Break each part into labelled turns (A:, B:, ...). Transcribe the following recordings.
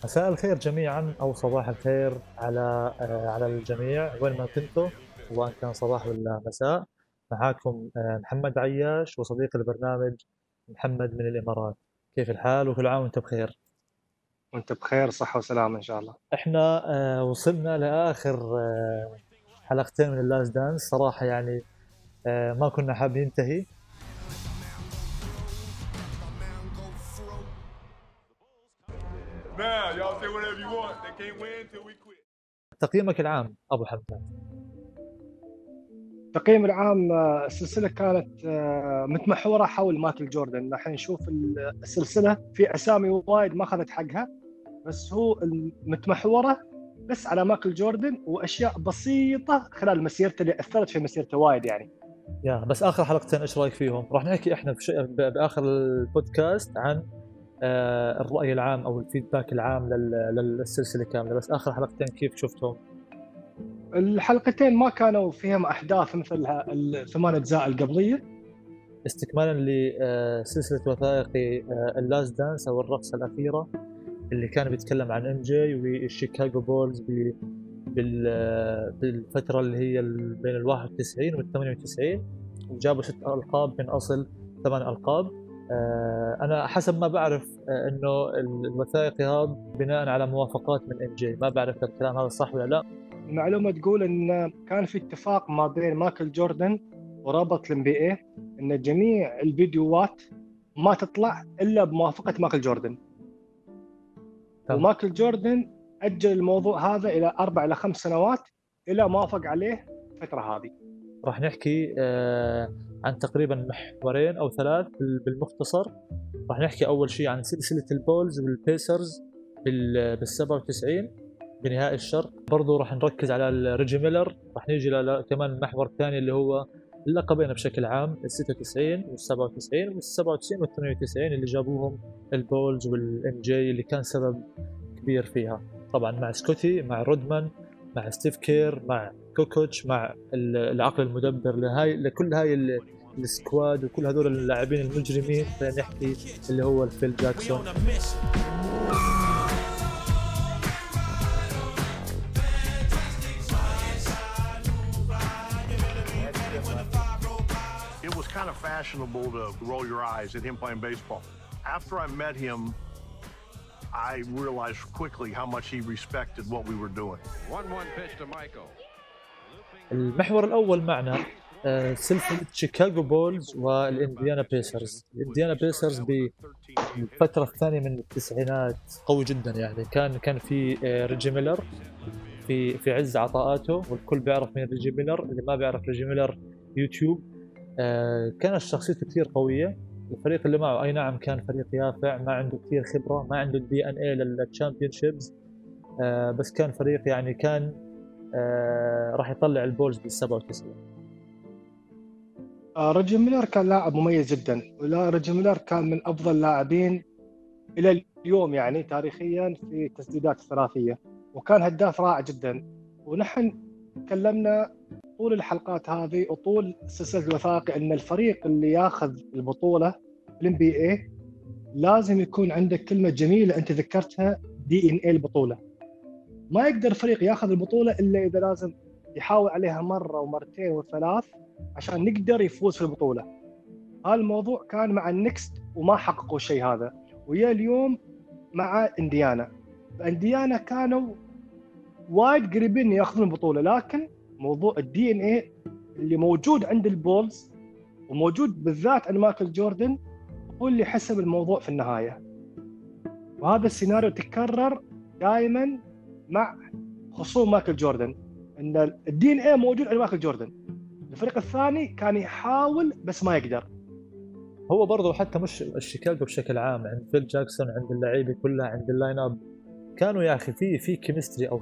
A: مساء الخير جميعا او صباح الخير على الجميع وين ما كنتوا، سواء كان صباح ولا مساء. معاكم محمد عياش وصديق البرنامج محمد من الامارات. كيف الحال وكل عام وانت بخير؟
B: وانت بخير صحة وسلامة ان شاء الله.
A: احنا وصلنا لاخر حلقتين من اللاست دانس صراحة، يعني ما كنا حابين ينتهي. تقييمك العام ابو حمد؟
B: التقييم العام، السلسلة كانت متمحورة حول مايكل جوردن. راح نشوف السلسلة في اسامي وايد ما اخذت حقها، بس هو متمحورة بس على مايكل جوردن واشياء بسيطة خلال مسيرته اللي اثرت في مسيرته وايد يعني.
A: بس اخر حلقتين ايش رايك فيهم؟ راح نحكي احنا باخر البودكاست عن الرأي العام أو الفيدباك العام للسلسلة كاملة، بس آخر حلقتين كيف شفتهم؟
B: الحلقتين ما كانوا فيهم احداث مثل الثمان اجزاء القبلية.
A: استكمالا لسلسلة وثائقي اللاست دانس أو الرقصة الأخيرة، اللي كان بيتكلم عن ام جي والشيكاغو بولز بالفترة اللي هي بين ال 91 وال 98، وجابوا 6 ألقاب من أصل 8 ألقاب. أنا حسب ما بعرف إنه الوثائقي هذا بناء على موافقات من ام جي، ما بعرف الكلام هذا صح ولا لا.
B: المعلومة تقول ان كان في اتفاق ما بين مايكل جوردن ورابط الام بي اي ان جميع الفيديوهات ما تطلع الا بموافقة مايكل جوردن. ومايكل جوردن اجل الموضوع هذا الى 4 إلى 5 سنوات الى ما وافق عليه الفترة هذه.
A: راح نحكي عن تقريبا محورين او 3 بالمختصر. راح نحكي اول شيء عن سلسله البولز والبيسرز بال 97 بنهائي الشرق. برضو راح نركز على ريجي ميلر. راح نيجي كمان المحور الثاني اللي هو اللقبين بشكل عام، ال 96 وال 97 وال 97 وال 98 اللي جابوهم البولز والام جي، اللي كان سبب كبير فيها طبعا مع سكوتي، مع رودمان، مع ستيف كير، مع كوكوتش، مع العقل المدبر لكل هاي السكواد وكل هذول اللاعبين المجرمين. خلينا نحكي اللي هو فيل جاكسون.
C: It was kind of fashionable to roll your eyes at him playing baseball. After I met him, I realized quickly how much he respected what we were doing.
D: 1-1 pitch to Michael.
A: المحور الأول معنا سلسلة شيكاغو بولز والإنديانا بيسرز. الإنديانا بيسرز بالفترة الثانية من التسعينات قوي جدا، يعني كان في ريجي ميلر في عز عطاءاته، والكل بيعرف مين ريجي ميلر. اللي ما بيعرف ريجي ميلر يوتيوب. كانت شخصيته كثير قوية. الفريق اللي معه اي نعم كان فريق يافع، ما عنده كثير خبرة، ما عنده الدي ان اي للتشامبيونشيبس، بس كان فريق يعني كان راح يطلع البولز بال 97.
B: ريجي ميلر كان لاعب مميز جدا، ولا ريجي ميلر كان من افضل اللاعبين الى اليوم يعني تاريخيا في التسديدات الثلاثية، وكان هداف رائع جدا. ونحن تكلمنا طول الحلقات هذه وطول سلسلة الوثائقي ان الفريق اللي ياخذ البطولة الام بي اي لازم يكون عندك كلمة جميلة انت ذكرتها، دي ان اي البطولة. ما يقدر فريق ياخذ البطولة الا اذا لازم يحاول عليها مرة ومرتين وثلاث عشان نقدر يفوز في البطولة. هذا الموضوع كان مع النكست وما حققوا الشيء هذا، ويا اليوم مع انديانا. انديانا كانوا وايد قريبين ياخذون البطولة، لكن موضوع الدي ان اي اللي موجود عند البولز وموجود بالذات عند مايكل جوردن هو اللي حسب الموضوع في النهاية. وهذا السيناريو تكرر دائما مع خصوم مايكل جوردن، ان الدي ان اي موجود عند مايكل جوردن، الفريق الثاني كان يحاول بس ما يقدر.
A: هو برضه حتى مش الشيكاغو بشكل عام، عند فيل جاكسون، عند اللعيبه كلها، عند اللاين اب كانوا يا اخي في كيمستري، او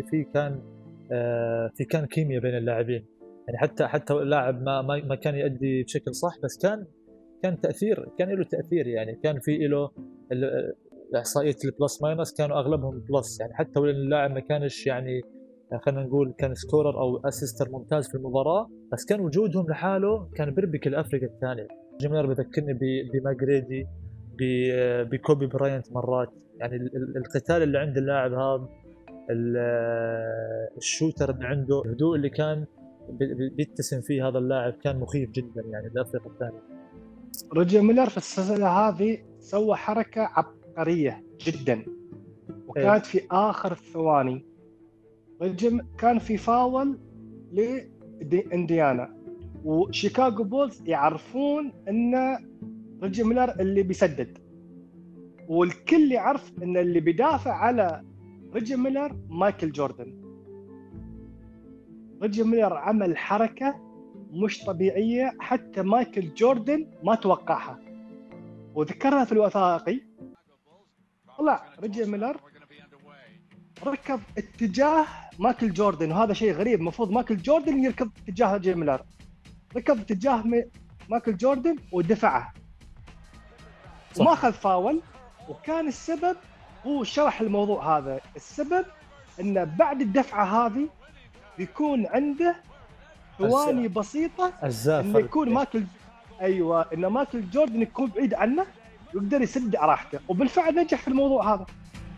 A: في كان كيمياء بين اللاعبين. يعني حتى اللاعب ما كان يؤدي بشكل صح، بس كان تاثير، كان له تاثير. يعني كان في له احصائيه البلس ماينس كانوا اغلبهم بلس، يعني حتى لو اللاعب ما كانش يعني خلينا نقول كان سكورر او اسيستر ممتاز في المباراه، بس كان وجودهم لحاله كان بيربك الافريقيا الثانيه. جيمير بذكرني بماجريدي، بكوبي براينت مرات. يعني القتال اللي عند اللاعب هذا، الشوتر اللي عنده، الهدوء اللي كان بيتسم فيه هذا اللاعب كان مخيف جدا يعني للفريق الثاني.
B: ريجي ميلر في السلسلة هذه سوى حركة عبقرية جدا، وكانت في آخر الثواني. كان في فاول لإنديانا، وشيكاغو بولز يعرفون أن ريجي ميلر اللي بيسدد، والكل يعرف أن اللي بيدافع على ريجي ميلر مايكل جوردن. ريجي ميلر عمل حركة مش طبيعية، حتى مايكل جوردن ما توقعها، وذكرها في الوثائقي. طلع ريجي ميلر ركب اتجاه مايكل جوردن، وهذا شيء غريب، المفروض مايكل جوردن يركب اتجاه ريجي ميلر. ركب اتجاه مايكل جوردن ودفعه وما اخذ فاول. وكان السبب، هو شرح الموضوع هذا، السبب انه بعد الدفعه هذه بيكون عنده ثواني بسيطه انه يكون مايكل، ايوه، ان مايكل جوردن يكون بعيد عنه ويقدر يسد على راحته، وبالفعل نجح في الموضوع هذا.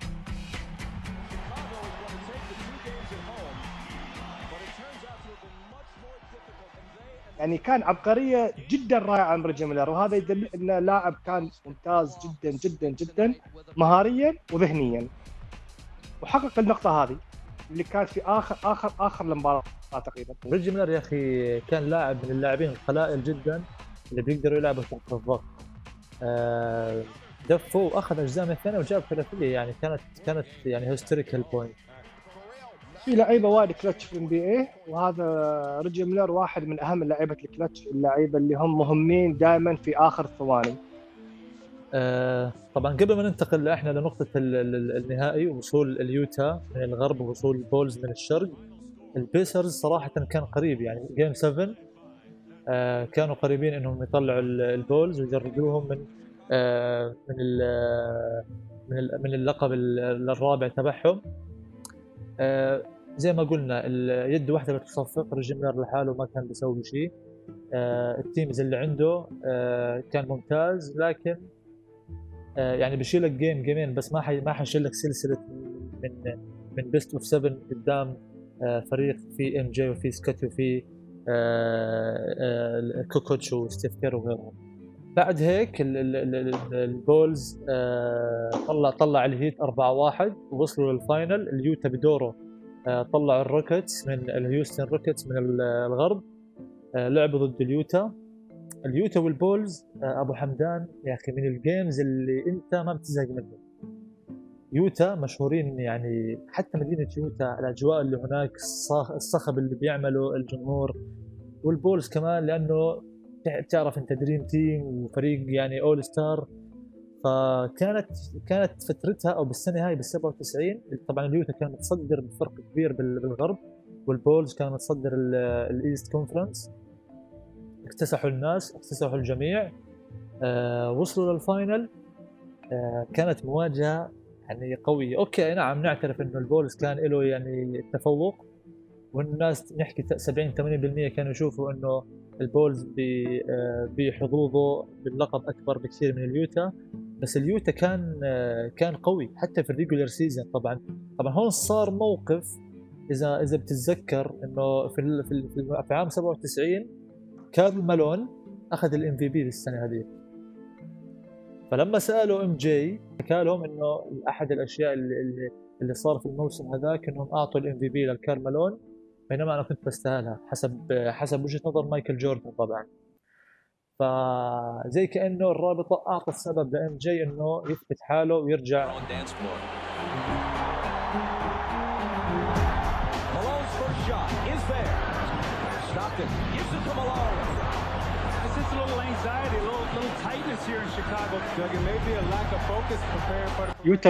B: يعني كان عبقرية جدا رائعة من ريجي ميلر، وهذا يدل أنه لاعب كان ممتاز جدا جدا جدا مهاريا وذهنيا، وحقق النقطة هذه اللي كانت في آخر المباراة تقريبا.
A: ريجي ميلر يا أخي كان لاعب من اللاعبين القلائل جدا اللي بيقدروا يلعبوا تحت الضغط. دفوا وأخذ أجزاء من الثانية وجاب ثلاثية، يعني كانت يعني هيستوريكال بوينت.
B: في لعيبه وايد كلتش في NBA، وهذا ريجي ميلر واحد من اهم لعيبه الكلتش، اللعيبه اللي هم مهمين دائما في اخر ثواني.
A: طبعا قبل ما ننتقل احنا لنقطه النهائي ووصول اليوتا من الغرب ووصول البولز من الشرق، البيسرز صراحه كان قريب، يعني جيم 7 كانوا قريبين انهم يطلعوا البولز ويجردوهم من اللقب الرابع تبعهم. زي ما قلنا اليد واحدة بتصفق، ريجي ميلر لحاله ما كان بيسوي شيء. التيمز اللي عنده كان ممتاز، لكن يعني بيشيلك جيمين بس ما حيشيل لك سلسلة من بيست اوف 7 قدام فريق في ام جي وفي سكوتي وفي كوكوتش وستيف كير وغيرهم. بعد هيك البولز طلع الهيت 4-1 ووصلوا للفاينل. اليوتا بدوره طلعوا الروكيتس من الهيوستن روكيتس من الغرب، لعبوا ضد اليوتا والبولز. ابو حمدان يا اخي من الجيمز اللي انت ما بتزهق منه. يوتا مشهورين، يعني حتى مدينه يوتا الاجواء اللي هناك، الصخب اللي بيعمله الجمهور، والبولز كمان لانه تعرف انت دريم تيم وفريق يعني اول ستار. فكانت فترتها او بالسنه هاي بال97 طبعا اليوتا كان متصدر بفرق كبير بالغرب، والبولز كان متصدر الايست كونفرنس. اكتسحوا الناس، اكتسحوا الجميع، وصلوا للفاينل. كانت مواجهه يعني قويه. اوكي نعم نعترف انه البولز كان له يعني تفوق، والناس نحكي 70-80% كانوا يشوفوا انه البولز بحظوظه باللقب اكبر بكثير من اليوتا. بس اليوتا كان قوي حتى في الريجولر سيزون. طبعا هون صار موقف، اذا بتتذكر انه في عام 97 كارل مالون اخذ الام في بي للسنه هذه. فلما سالوا ام جي حكى لهم انه احد الاشياء اللي صار في الموسم هذاك انهم اعطوا الام في بي للكارل مالون، بينما انا كنت بستاهلها حسب وجهه نظر مايكل جوردن طبعا. فزي كانه الرابطه اعطت سبب لام جي انه يثبت حاله ويرجع.
B: يوتا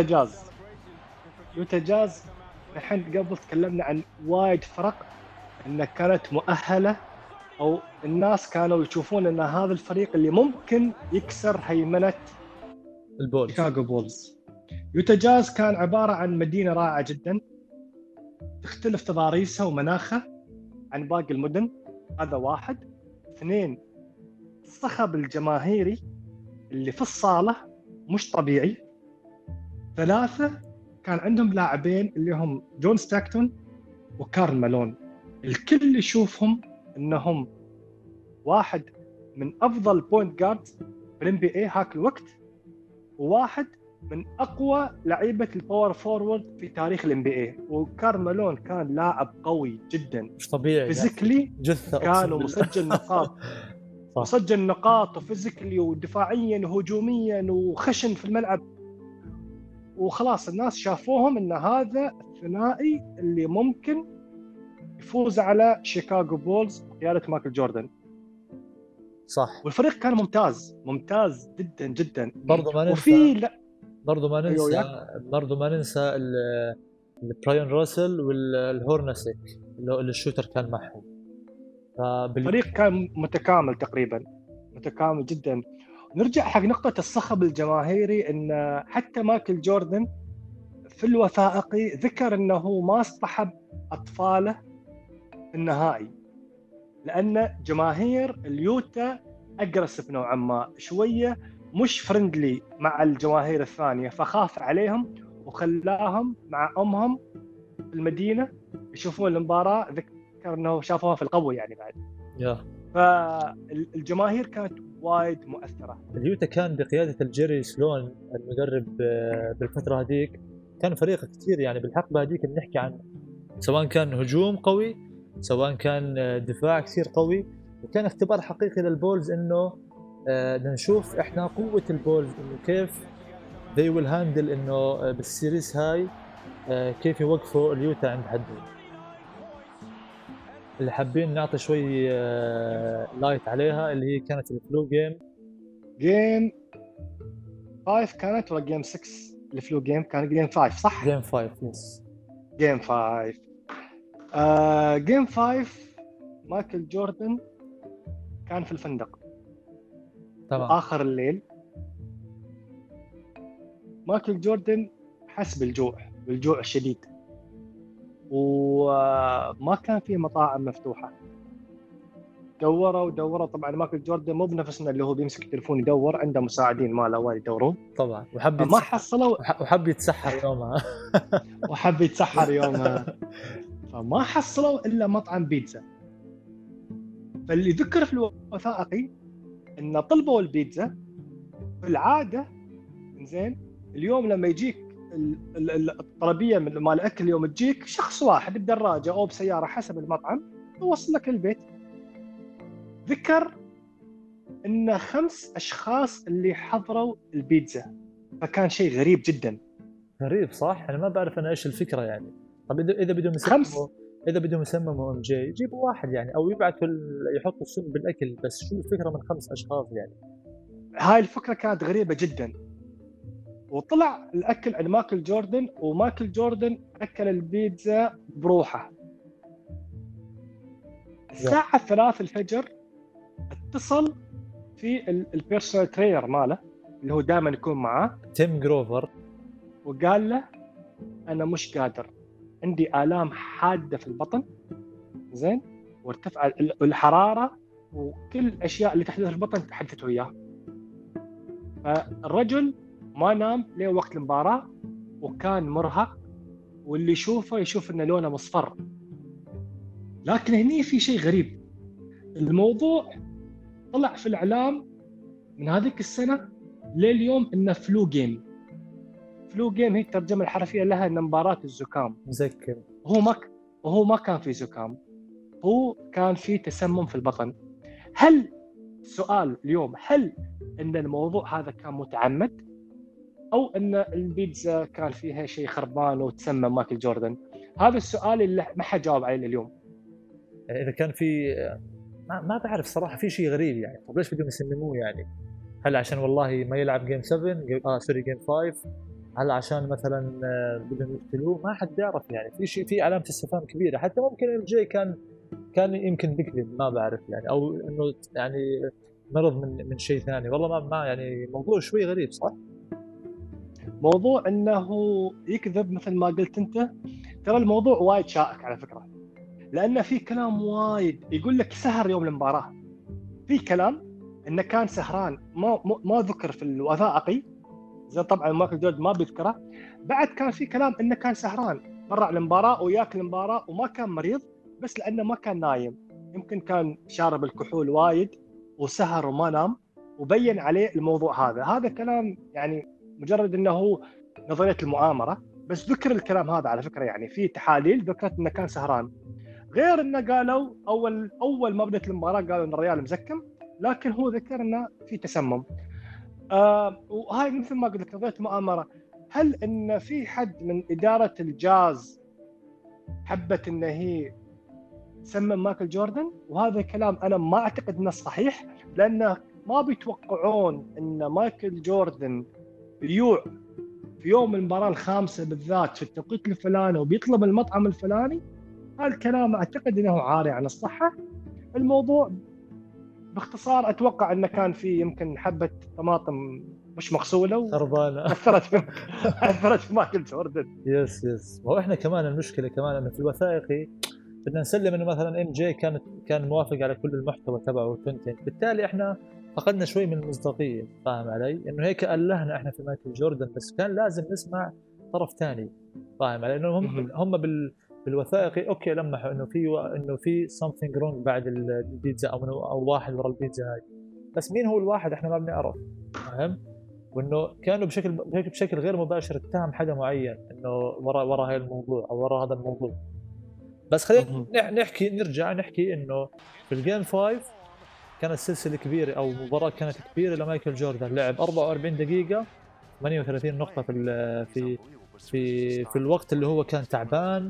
B: جاز الحين قبل تكلمنا عن وايد فرق انها كانت مؤهله، او الناس كانوا يشوفون ان هذا الفريق اللي ممكن يكسر هيمنه
A: البولز،
B: شيكاغو بولز. يوتا جاز كان عباره عن مدينه رائعه جدا، تختلف تضاريسها ومناخها عن باقي المدن. هذا واحد. اثنين، الصخب الجماهيري اللي في الصاله مش طبيعي. 3 كان عندهم لاعبين اللي هم جون ستاكتون وكارل مالون، الكل يشوفهم انهم واحد من افضل بوينت جارد في الام بي اي هاك الوقت، وواحد من اقوى لعيبه الباور فورورد في تاريخ الام بي اي. وكارل مالون كان لاعب قوي جدا
A: مش طبيعي
B: فيزيكلي،
A: جثه
B: كان مسجل نقاط مسجل نقاط وفيزيكلي ودفاعيا وهجوميا وخشن في الملعب. وخلاص الناس شافوهم ان هذا الثنائي اللي ممكن يفوز على شيكاغو بولز بقياده مايكل جوردن.
A: صح.
B: والفريق كان ممتاز جدا جدا.
A: برضو ما
B: وفي
A: ننسى برضو ما ننسى براين راسل والهورنسيك اللي الشوتر كان معهم.
B: الفريق كان متكامل تقريبا، متكامل جدا. نرجع حق نقطة الصخب الجماهيري، ان حتى مايكل جوردن في الوثائقي ذكر انه ما اصطحب اطفاله في النهائي لان جماهير اليوتا اجريسيف نوعا ما، شويه مش فرندلي مع الجماهير الثانيه، فخاف عليهم وخلاهم مع امهم في المدينه يشوفون المباراه. ذكر انه شافوها في القبو يعني بعد. فالجماهير كانت وايد مؤثره.
A: اليوتا كان بقياده الجيري سلون المدرب بالفتره هذيك، كان فريق كثير يعني بالحقبه هذيك بنحكي عن سواء كان هجوم قوي سواء كان دفاع كثير قوي. وكان اختبار حقيقي للبولز انه نشوف احنا قوه البولز انه كيف they will handle انه بالسيريس هاي كيف يوقفوا اليوتا عند حدهم. اللي حابين نعطي شوي لايت عليها اللي هي كانت الفلو جيم
B: 5 كانت ولا جيم 6؟ الفلو جيم كان جيم 5 صح؟
A: جيم 5 يس
B: جيم 5. جيم 5 مايكل جوردن كان في الفندق
A: تمام.
B: آخر الليل مايكل جوردن حس بالجوع الشديد، وما كان في مطاعم مفتوحة. دوروا طبعا مايكل جوردن مو بنفسنا اللي هو بيمسك التليفون يدور، عنده مساعدين ماله وايد يدورون
A: طبعا.
B: ما حصلوا
A: وحب يتسحر يومها
B: فما حصلوا إلا مطعم بيتزا. فاللي ذكر في الوثائقي إن طلبوا البيتزا في العادة. زين اليوم لما يجيك الطلبية من مال الأكل يوم تجيك شخص واحد بدراجة أو بسيارة حسب المطعم يوصل لك البيت. ذكر إن 5 أشخاص اللي حضروا البيتزا، فكان شيء غريب جدا.
A: غريب صح؟ أنا ما بعرف أنا إيش الفكرة يعني. طب إذا بدهم يسمموا ام جي يجيبوا واحد يعني، او يبعثوا يحطوا السم بالاكل، بس شو الفكره من 5 اشخاص يعني؟
B: هاي الفكره كانت غريبه جدا. وطلع الاكل عند مايكل جوردن، ومايكل جوردن اكل البيتزا بروحه. الساعه 3 الفجر اتصل في البيرسونال ترينر ماله اللي هو دائما يكون معاه
A: تيم جروفر،
B: وقال له انا مش قادر، عندي آلام حادة في البطن. زين وارتفع الحرارة وكل الأشياء اللي تحدث في البطن تحدثت وياه. فالرجل ما نام ليه وقت المباراة وكان مرهق، واللي يشوف إنه لونه مصفر. لكن هني في شيء غريب، الموضوع طلع في الإعلام من هذيك السنة لليوم إنه فلو جيم هي الترجمة الحرفية لها إن مباراة الزكام.
A: مذكر
B: هو ما كان في زكام، هو كان في تسمم في البطن. هل سؤال اليوم، هل إن الموضوع هذا كان متعمد أو إن البيتزا كان فيها شيء خربان وتسمم مايكل جوردن؟ هذا السؤال اللي ما حد جاوب عليه اليوم.
A: يعني إذا كان في ما بعرف صراحة، في شيء غريب يعني. طب ليش بدهم يسمموه يعني؟ هل عشان والله ما يلعب جيم 7 سوري جيم 5؟ هل عشان مثلا بدهم يقتلوه؟ ما حد بيعرف يعني. في شيء، في علامة استفهام كبيرة. حتى ممكن ام جي كان يمكن بيكذب، ما بعرف يعني، او انه يعني مرض من شيء ثاني. والله ما يعني موضوع شوي غريب صح؟
B: موضوع انه يكذب مثل ما قلت انت، ترى الموضوع وايد شائك على فكرة، لأن في كلام وايد يقول لك سهر يوم المباراة. في كلام انه كان سهران، ما ذكر في الوثائقي، زين طبعا مايكل جوردن ما بيذكره. بعد كان في كلام انه كان سهران برا المباراه وياكل المباراه وما كان مريض، بس لانه ما كان نايم، يمكن كان شارب الكحول وايد وسهر وما نام وبين عليه الموضوع هذا كلام يعني مجرد انه هو نظريه المؤامره، بس ذكر الكلام هذا على فكره. يعني في تحاليل ذكرت انه كان سهران، غير انه قالوا اول ما بدت المباراه قالوا ان الريال مزكم، لكن هو ذكر انه في تسمم. وهاي مثل ما قلت لك نظريه مؤامره. هل ان في حد من اداره الجاز حبت ان هي تسمم مايكل جوردن؟ وهذا الكلام انا ما اعتقد انه صحيح، لانه ما بيتوقعون ان مايكل جوردن يوع في يوم المباراه الخامسه بالذات في التوقيت الفلاني وبيطلب المطعم الفلاني. هذا الكلام اعتقد انه عاري عن الصحه. الموضوع باختصار اتوقع انه كان في يمكن حبه طماطم مش مغسوله
A: خربانه
B: اثرت في مايكل جوردن.
A: يس هو احنا كمان المشكله كمان انه في الوثائقي بدنا نسلم انه مثلا ام جي كان موافق على كل المحتوى تبعه والكونتنت، بالتالي احنا فقدنا شوي من المصداقيه. فاهم علي؟ انه هيك ألهنا احنا في مايكل جوردن، بس كان لازم نسمع طرف ثاني. فاهم علي؟ انه هم بالوثائقي اوكي لمحوا انه في something wrong بعد البيتزا او واحد ورا البيتزا هاي، بس مين هو الواحد احنا ما بنعرف. فاهم؟ وانه كانوا بشكل غير مباشر اتهم حدا معين انه ورا هاي الموضوع او ورا هذا الموضوع. بس خلينا نرجع نحكي انه في الجيم 5 كانت سلسله كبيره او مباراه كانت كبيره لمايكل جوردن. لعب 44 دقيقه 38 نقطه في الوقت اللي هو كان تعبان.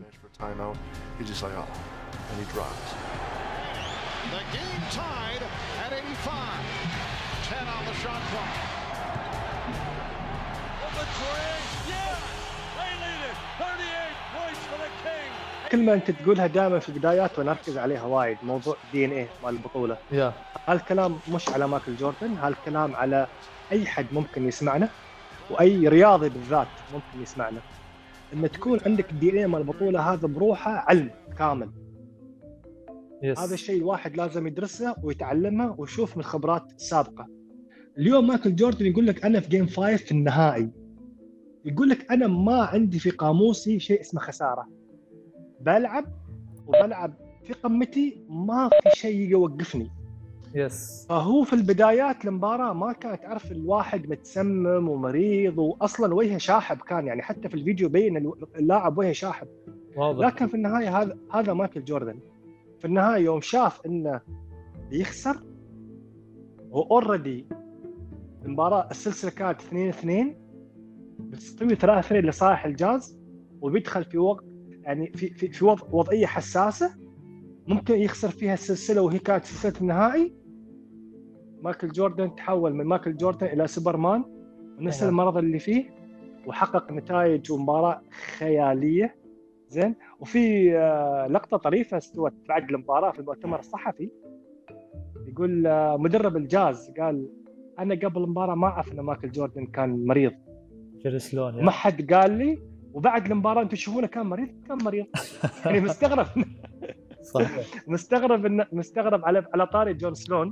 B: كلمة أنت تقولها دائما في البدايات ونركز عليها وايد، موضوع DNA مال البطولة. هالكلام مش على مايكل جوردن، هالكلام على أي حد ممكن يسمعنا وأي رياضي بالذات ممكن يسمعنا. إن تكون عندك DNA مال البطولة هذا بروحه علم كامل. هذا الشيء الواحد لازم يدرسه ويتعلمه ويشوف من خبرات السابقة. اليوم مايكل جوردن يقول لك أنا في جيم 5 في النهائي، يقول لك أنا ما عندي في قاموسي شيء اسمه خسارة، بلعب في قمتي، ما في شيء يوقفني. فهو في البدايات المباراة ما كانت تعرف الواحد متسمم ومريض وأصلا وجهه شاحب كان، يعني حتى في الفيديو بين اللاعب وجهه شاحب واضح. لكن في النهاية هذا مايكل جوردن في النهاية يوم شاف إنه يخسر، وأوريدي المباراة السلسلة كانت 2-2 بتستوي 3-2 لصالح الجاز، وبيدخل في وقت يعني في وضعية حساسة ممكن يخسر فيها السلسلة، وهي كانت سلسلة النهائي. مايكل جوردن تحول من مايكل جوردن إلى سوبرمان ونسى المرض اللي فيه، وحقق نتائج ومباراة خيالية. زين. وفي لقطة طريفة استوت بعد المباراة في المؤتمر الصحفي، يقول مدرب الجاز قال أنا قبل المباراة ما أعرف أن مايكل جوردن كان مريض،
A: جيرسلون
B: ما حد قال لي، وبعد المباراة أنتم تشوفونه كان مريض يعني مستغرب
A: صحيح.
B: مستغرب على طاري جون سلون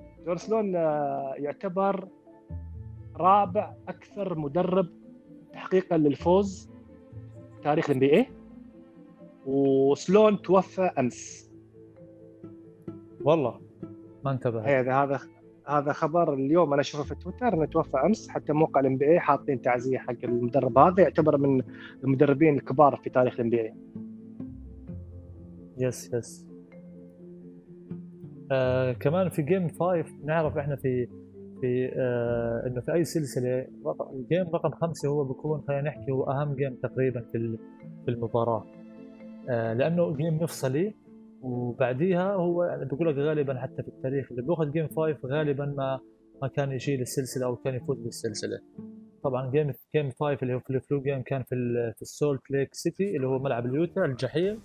B: يعتبر رابع أكثر مدرب تحقيقا للفوز تاريخ NBA، وسلون توفى أمس.
A: والله ما انتبه.
B: هذا خبر اليوم أنا أشوفه في تويتر إنه توفى أمس، حتى موقع NBA حاطين تعزية حق المدرب هذا، يعتبر من المدربين الكبار في تاريخ NBA.
A: يس كمان في جيم 5 نعرف احنا في انه في اي سلسله الجيم رقم 5 هو بيكون، خلينا نحكي هو اهم جيم تقريبا في المباراه، لانه جيم مفصلي، وبعديها هو بقول لك غالبا حتى في التاريخ اللي بياخذ جيم 5 غالبا ما كان يشيل السلسله او كان يفوز بالسلسله. طبعا جيم 5 اللي هو في الفلو جيم كان في السولت ليك سيتي اللي هو ملعب اليوتا الجحيم.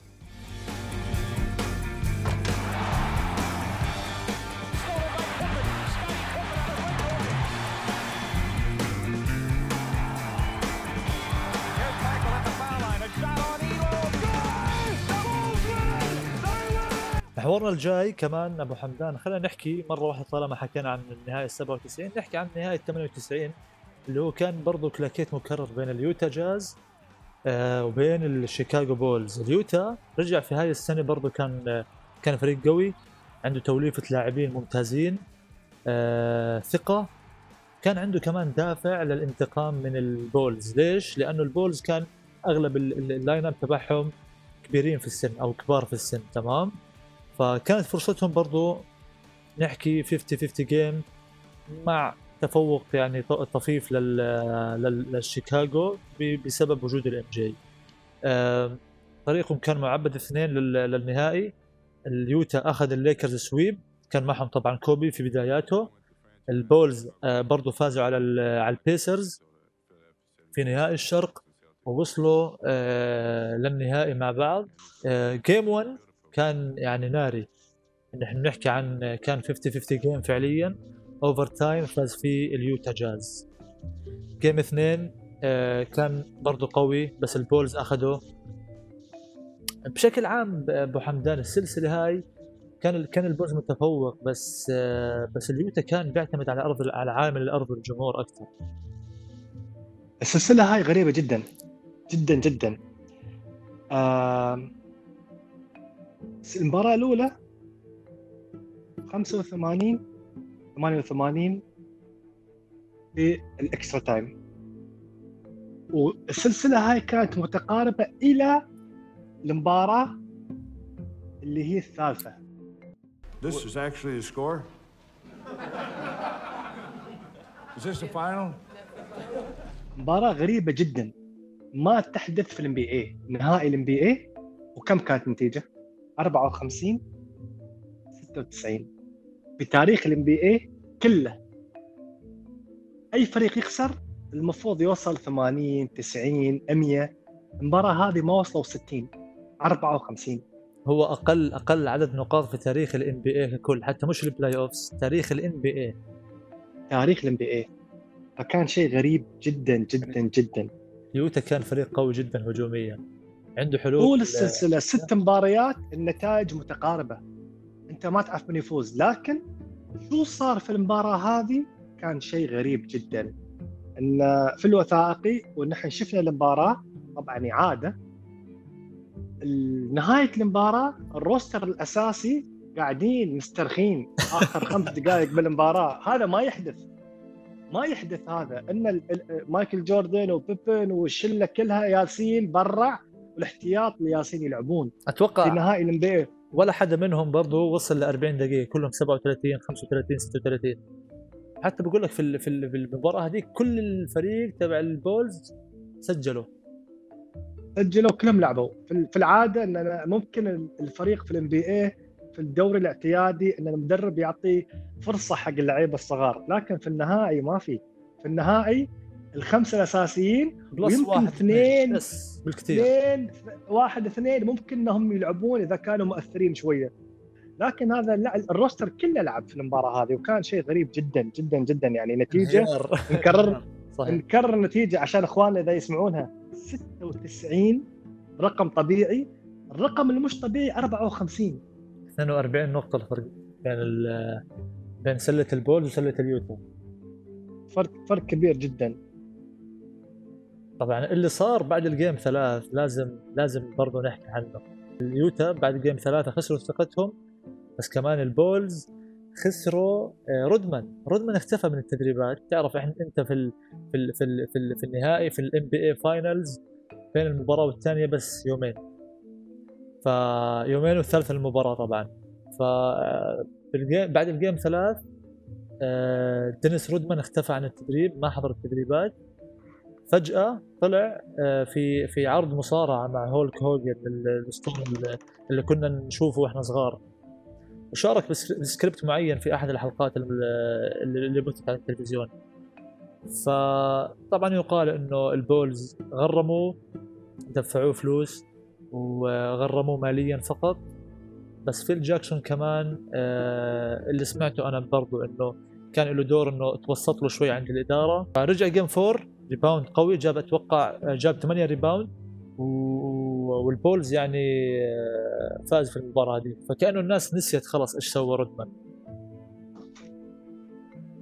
A: محورنا الجاي كمان ابو حمدان، خلينا نحكي مره واحده طالما حكينا عن النهايه 97 نحكي عن نهايه 98 اللي هو كان برضو كلاكيت مكرر بين اليوتا جاز وبين الشيكاغو بولز. اليوتا رجع في هاي السنة برضو كان فريق قوي، عنده توليفة لاعبين ممتازين، ثقة. كان عنده كمان دافع للانتقام من البولز. ليش؟ لأنه البولز كان أغلب اللاين اب تبعهم كبيرين في السن أو كبار في السن، تمام؟ فكانت فرصتهم برضو نحكي 50-50 جيم مع تفوق يعني طفيف للشيكاغو بسبب وجود الام جي. طريقهم كان معبد 2 للنهائي. اليوتا اخذ الليكرز سويب، كان معهم طبعا كوبي في بداياته. البولز برضو فازوا على البيسرز في نهائي الشرق ووصلوا للنهائي مع بعض. جيم 1 كان يعني ناري، نحن نحكي عن كان 50-50 جيم فعليا. اوفر تايم فاز فيه اليوتا جاز. جيم 2 كان برضو قوي بس البولز اخذوا. بشكل عام ابو حمدان السلسله هاي كان البولز متفوق، بس اليوتا كان بيعتمد على عامل الارض والجمهور اكثر.
B: السلسله هاي غريبه جدا جدا جدا. المباراه الاولى 85 في الاكسترا تايم، والسلسله هاي كانت متقاربه الى المباراه اللي هي الثالثه.
E: This is actually the score? Is this the final?
B: مباراه غريبه جدا ما تحدث في الام بي اي. نهائي الام بي اي، وكم كانت النتيجه؟ 54-96 بتاريخ الام بي اي كله. اي فريق يخسر المفروض يوصل 80 90 100. المباراه هذه ما وصلوا 60، 54.
A: هو اقل عدد نقاط في تاريخ الان بي اي ككل، حتى مش البلاي اوفز، تاريخ الان بي اي.
B: تاريخ الام بي اي. فكان شيء غريب جدا جدا جدا.
A: يوتا كان فريق قوي جدا هجوميا، عنده حلول
B: طول السلسله 6 مباريات النتائج متقاربه، انت ما تعرف من يفوز. لكن شو صار في المباراه هذه كان شيء غريب جدا. ان في الوثائقي ونحن شفنا المباراه طبعا عاده نهايه المباراه الروستر الاساسي قاعدين مسترخين اخر 5 دقائق بالمباراه. هذا ما يحدث هذا. ان مايكل جوردن وبيبن والشله كلها ياسين برا، والاحتياط اللي ياسين يلعبون
A: اتوقع
B: في نهائي الام بي.
A: ولا حدا منهم برضه وصل ل 40 دقيقه، كلهم 37 35 36. حتى بقول لك في المباراه هذيك كل الفريق تبع البولز سجلوا
B: كلهم لعبوا. في العاده ان ممكن الفريق في الام بي اي في الدوري الاعتيادي ان المدرب يعطي فرصه حق اللعيبه الصغار، لكن في النهائي ما في. في النهائي الخمسه الاساسيين ويمكن 2
A: بس بالكثير
B: 1-2 ممكن انهم يلعبون اذا كانوا مؤثرين شويه. لكن هذا الروستر كله لعب في المباراه هذه، وكان شيء غريب جدا جدا جدا. يعني نتيجه نكرر النتيجه عشان اخواننا اذا يسمعونها. 96 رقم طبيعي، الرقم المش طبيعي 54.
A: 42 نقطه الفرق بين سله البولز وسله اليوتا.
B: فرق كبير جدا.
A: طبعا اللي صار بعد الجيم 3 لازم برضه نحكي عنه. اليوتا بعد جيم 3 خسروا ثقتهم، بس كمان البولز خسروا. رودمان اختفى من التدريبات. تعرف انت في النهائي في الام بي اي فاينلز بين المباراه والثانيه بس يومين، فيومين والثالثه المباراه طبعا. ف بعد الجيم 3 دينيس رودمان اختفى عن التدريب، ما حضر التدريبات. فجأة طلع في عرض مصارعة مع هولك هوجن الاسطورة اللي كنا نشوفه واحنا صغار، وشارك بسكريبت معين في احد الحلقات اللي بثت على التلفزيون. فطبعا يقال انه البولز غرموا، دفعوه فلوس وغرموه ماليا فقط. بس فيل جاكسون كمان اللي سمعته انا برضو انه كان له دور انه توسط له شوي عند الاداره. فرجع جيم 4 ريباوند قوي، جاب 8 ريباوند، والبولز يعني فاز في المباراه دي. فكانه الناس نسيت خلاص ايش سوى رودمان.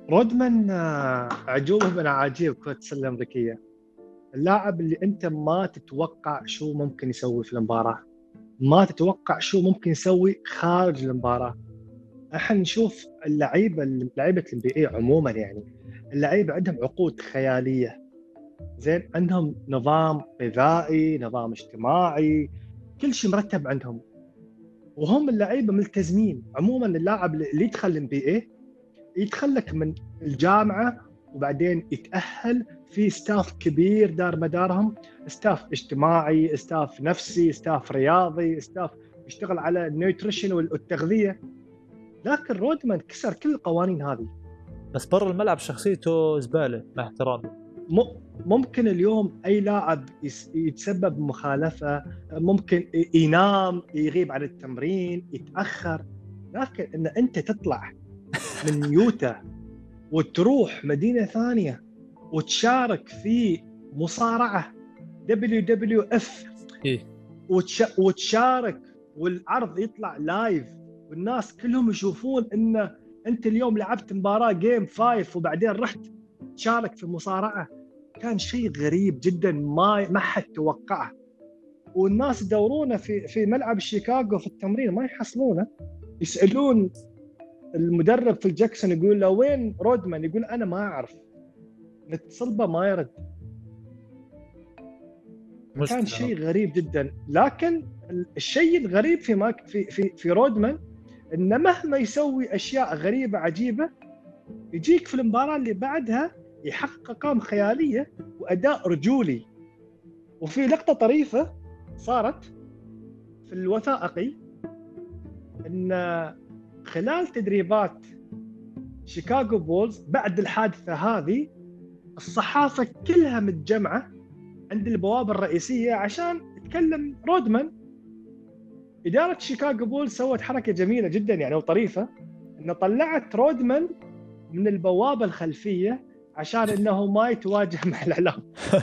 B: رودمان عجوبه من عجيب كرة السلة الأمريكية. اللاعب اللي أنت ما تتوقع شو ممكن يسوي في المباراة، ما تتوقع شو ممكن يسوي خارج المباراة. احنا نشوف لعيبة NBA عموما، يعني اللعيبة عندهم عقود خيالية، زين، عندهم نظام غذائي، نظام اجتماعي، كل شيء مرتب عندهم، وهم اللعيبة ملتزمين. عموما اللاعب اللي يدخل NBA يتخلك من الجامعة وبعدين يتأهل في ستاف كبير دار مدارهم، ستاف اجتماعي، ستاف نفسي، ستاف رياضي، ستاف يشتغل على النيوتريشن والتغذية. لكن رودمان كسر كل القوانين هذه.
A: بس برا الملعب شخصيته زبالة مع احترامي.
B: ممكن اليوم أي لاعب يتسبب بمخالفة، ممكن ينام، يغيب عن التمرين، يتأخر، لكن إن أنت تطلع من يوتا وتروح مدينة ثانية وتشارك في مصارعة WWF
A: إيه؟
B: وتشارك والعرض يطلع لايف والناس كلهم يشوفون إن أنت اليوم لعبت مباراة جيم 5 وبعدين رحت تشارك في مصارعة. كان شيء غريب جدا، ما حد توقعه. والناس يدورونه في ملعب شيكاغو في التمرين ما يحصلونه، يسألون المدرب في الجاكسون يقول له وين رودمان، يقول أنا ما أعرف، نتصل به ما يرد. كان شيء غريب جدا. لكن الشيء الغريب في رودمان إنه مهما يسوي أشياء غريبة عجيبة يجيك في المباراة اللي بعدها يحقق أرقام خيالية وأداء رجولي. وفي لقطة طريفة صارت في الوثائقي إن خلال تدريبات شيكاغو بولز بعد الحادثة هذه الصحافة كلها متجمعة عند البوابة الرئيسية عشان تكلم رودمان. إدارة شيكاغو بولز سوت حركة جميلة جدا يعني وطريفة، إن طلعت رودمان من البوابة الخلفية عشان إنه ما يتواجه مع الإعلام.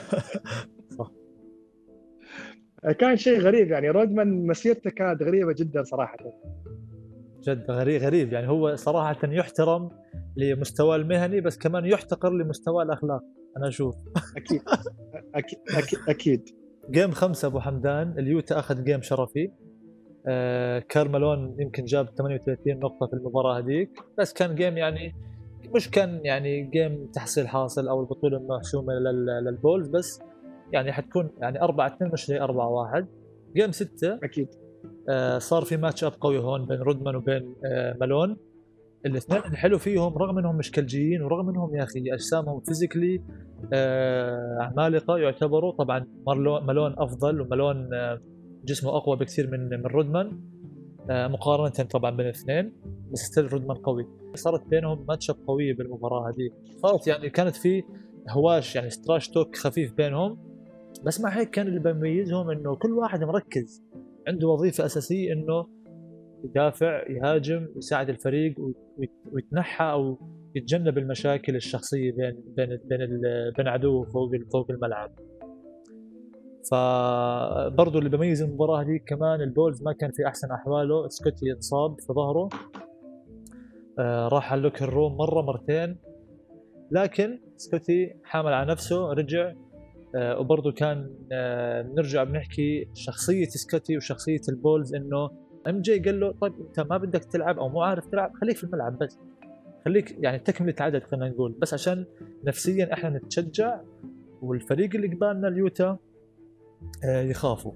B: كان شيء غريب يعني. رودمان مسيرته كانت غريبة جدا صراحة،
A: جد غريب يعني. هو صراحة يحترم لمستوى المهني بس كمان يحتقر لمستوى الأخلاق أنا أشوف.
B: أكيد أكيد أكيد, أكيد.
A: جيم 5 أبو حمدان، اليوتا أخذ جيم شرفي. كارمالون يمكن جاب 38 نقطة في المباراة هذيك، بس كان جيم يعني مش كان يعني جيم تحصيل حاصل أو البطولة محسومة للبولز، بس يعني حتكون يعني 4-2 مش زي 4-1. جيم 6
B: أكيد
A: صار في ماتش اب قوي هون بين رودمان وبين مالون. الاثنين الحلو فيهم رغم انهم مش كلجيين ورغم انهم يا اخي اجسامهم فيزيكلي عمالقه يعتبروا. طبعا مالون افضل ومالون جسمه اقوى بكثير من رودمان مقارنه طبعا بين الاثنين، بس ستيل رودمان قوي. صارت بينهم ماتش اب قويه بالمباراه هذه، صارت يعني كانت في هواش يعني ستراش توك خفيف بينهم، بس مع هيك كان اللي بيميزهم انه كل واحد مركز عنده وظيفة أساسية، إنه يدافع، يهاجم، يساعد الفريق ويتنحى أو يتجنب المشاكل الشخصية بين عدوه فوق الملعب. فبرضو اللي بيميز المباراة دي كمان البولز ما كان في أحسن أحواله. سكوتي اتصاب في ظهره، راح على اللوكر روم مرتين، لكن سكوتي حامل على نفسه، رجع. وبرضه كان نرجع بنحكي شخصية سكوتي وشخصية البولز، إنه MJ قال له طيب أنت ما بدك تلعب أو مو عارف تلعب، خليك في الملعب، بس خليك يعني تكملة عدد خلينا نقول، بس عشان نفسيا إحنا نتشجع والفريق اللي قبالنا اليوتا يخافوا.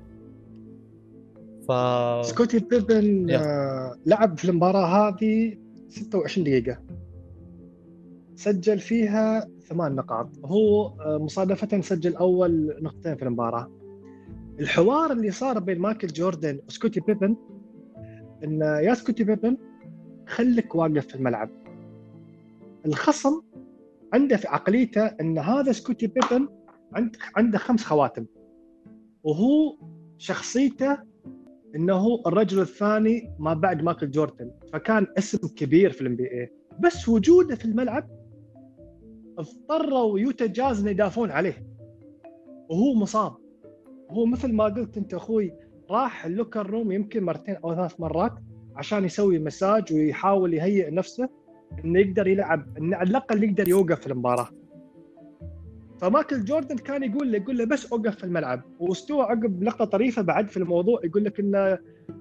B: سكوتي بيبن لعب في المباراة هذه 26 دقيقة، سجل فيها 8 نقاط. هو مصادفة سجل أول نقطتين في المباراة. الحوار اللي صار بين مايكل جوردن وسكوتي بيبن إن يا سكوتي بيبن خليك واقف في الملعب. الخصم عنده في عقليته إن هذا سكوتي بيبن عنده 5 خواتم، وهو شخصيته إنه الرجل الثاني ما بعد مايكل جوردن، فكان اسم كبير في NBA، بس وجوده في الملعب اضطروا يوتا جاز يدافعون عليه وهو مصاب. هو مثل ما قلت انت اخوي راح اللوكر روم يمكن 2 أو 3 مرات عشان يسوي مساج ويحاول يهيئ نفسه انه يقدر يلعب، انه على الاقل يقدر يوقف في المباراه. فمايكل جوردن كان يقول له بس اوقف في الملعب. واستوى عقب لقطه طريفه بعد في الموضوع، يقول لك انه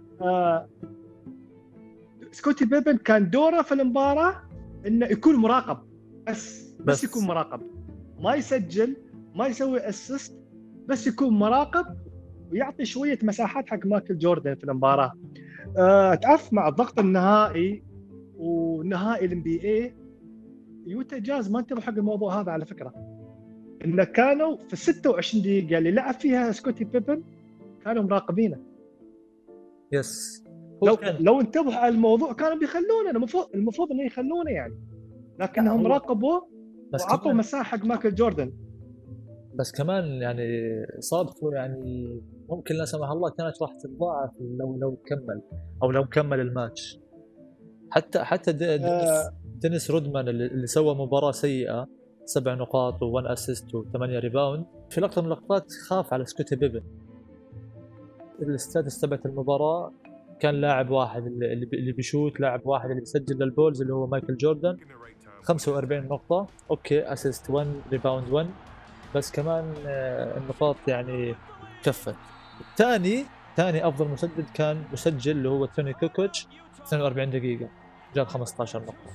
B: سكوتي بيبن كان دوره في المباراه انه يكون مراقب، بس يكون مراقب، ما يسجل، ما يسوي اسيست، بس يكون مراقب ويعطي شويه مساحات حق مايكل جوردن في المباراه. تعرف مع الضغط النهائي ونهائي الام بي اي، يوتا جاز ما انتبهوا حق الموضوع هذا على فكره، انه كانوا في 26 دقيقه اللي لعب فيها سكوتي بيبن كانوا مراقبينه.
A: يس
B: لو انتبهوا على الموضوع كانوا بيخلونه، المفروض انه يخلونه يعني، لكنهم راقبوا وعطوا مساحه حق مايكل جوردن.
A: بس كمان يعني اصابته يعني ممكن لا سمح الله كانت راح تتضاعف لو كمل الماتش. حتى دينيس رودمان اللي سوى مباراه سيئه 7 نقاط و1 اسيست و8 ريباوند، في لقطه من اللقطات خاف على سكوتي بيبن. الستاتس تبعت المباراه كان لاعب واحد اللي بيشوت، لاعب واحد اللي بيسجل للبولز اللي هو مايكل جوردن، 45 نقطه، اوكي اسيست 1 ريباوند 1، بس كمان النقاط يعني كفت. ثاني افضل مسدد كان مسجل اللي هو توني كوكوتش، 42 دقيقه جاب 15 نقطه.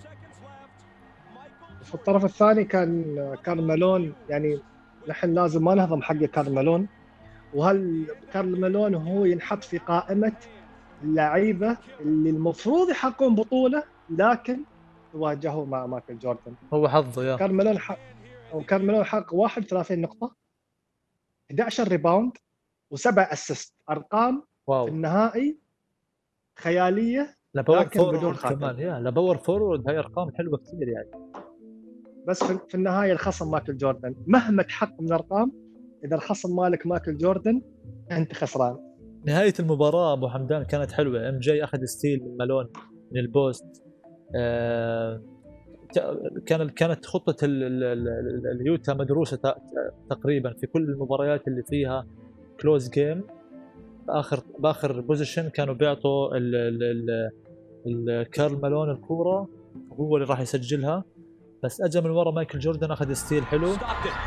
B: في الطرف الثاني كان كارمالون، يعني نحن لازم ما نهضم حق كارمالون، وهل كارمالون هو ينحط في قائمه اللعيبه اللي المفروض يحققون بطوله لكن يواجهوا مع مايكل جوردن.
A: هو حظه يا
B: كارمالون حق 31 نقطه، 11 ريباوند و7 اسيست، ارقام
A: واو.
B: في النهائي خياليه
A: لباور
B: لكن بدون خاتم
A: كمان، لباور فورورد هاي ارقام حلوه كثير يعني.
B: بس في النهايه الخصم مايكل جوردن، مهما تحقق من ارقام اذا الخصم مالك مايكل جوردن انت خسران.
A: نهايه المباراه ابو حمدان كانت حلوه، ام جي اخذ ستيل من مالون من البوست. كانت خطه اليوتا مدروسه تقريبا في كل المباريات اللي فيها كلوز جيم. باخر بوزيشن كانوا بيعطوا كارل مالون الكوره وهو اللي راح يسجلها، بس اجى من ورا مايكل جوردن اخذ ستيل حلو.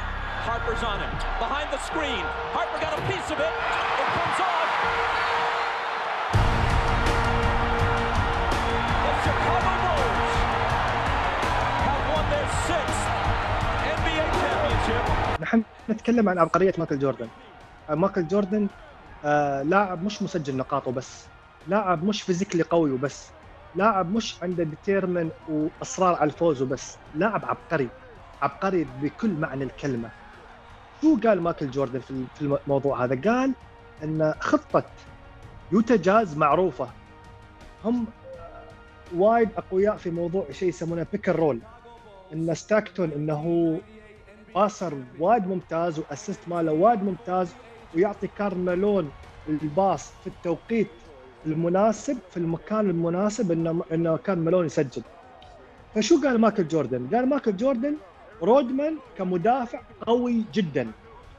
B: نحن نتكلم عن عبقريه مايكل جوردن. مايكل جوردن لاعب مش مسجل نقاط وبس، لاعب مش فيزيكلي قوي وبس، لاعب مش عنده ديتيرمن واصرار على الفوز وبس، لاعب عبقري بكل معنى الكلمه. شو قال مايكل جوردن في الموضوع هذا؟ قال ان خطه يوتا جاز معروفه، هم وايد اقوياء في موضوع شيء يسمونه بيك رول، ان ستاكتون انه باسر وايد ممتاز واسيست ماله وايد ممتاز، ويعطي كارمالون الباص في التوقيت المناسب في المكان المناسب انه كارمالون يسجل. فشو قال مايكل جوردن؟ قال مايكل جوردن رودمان كمدافع قوي جدا،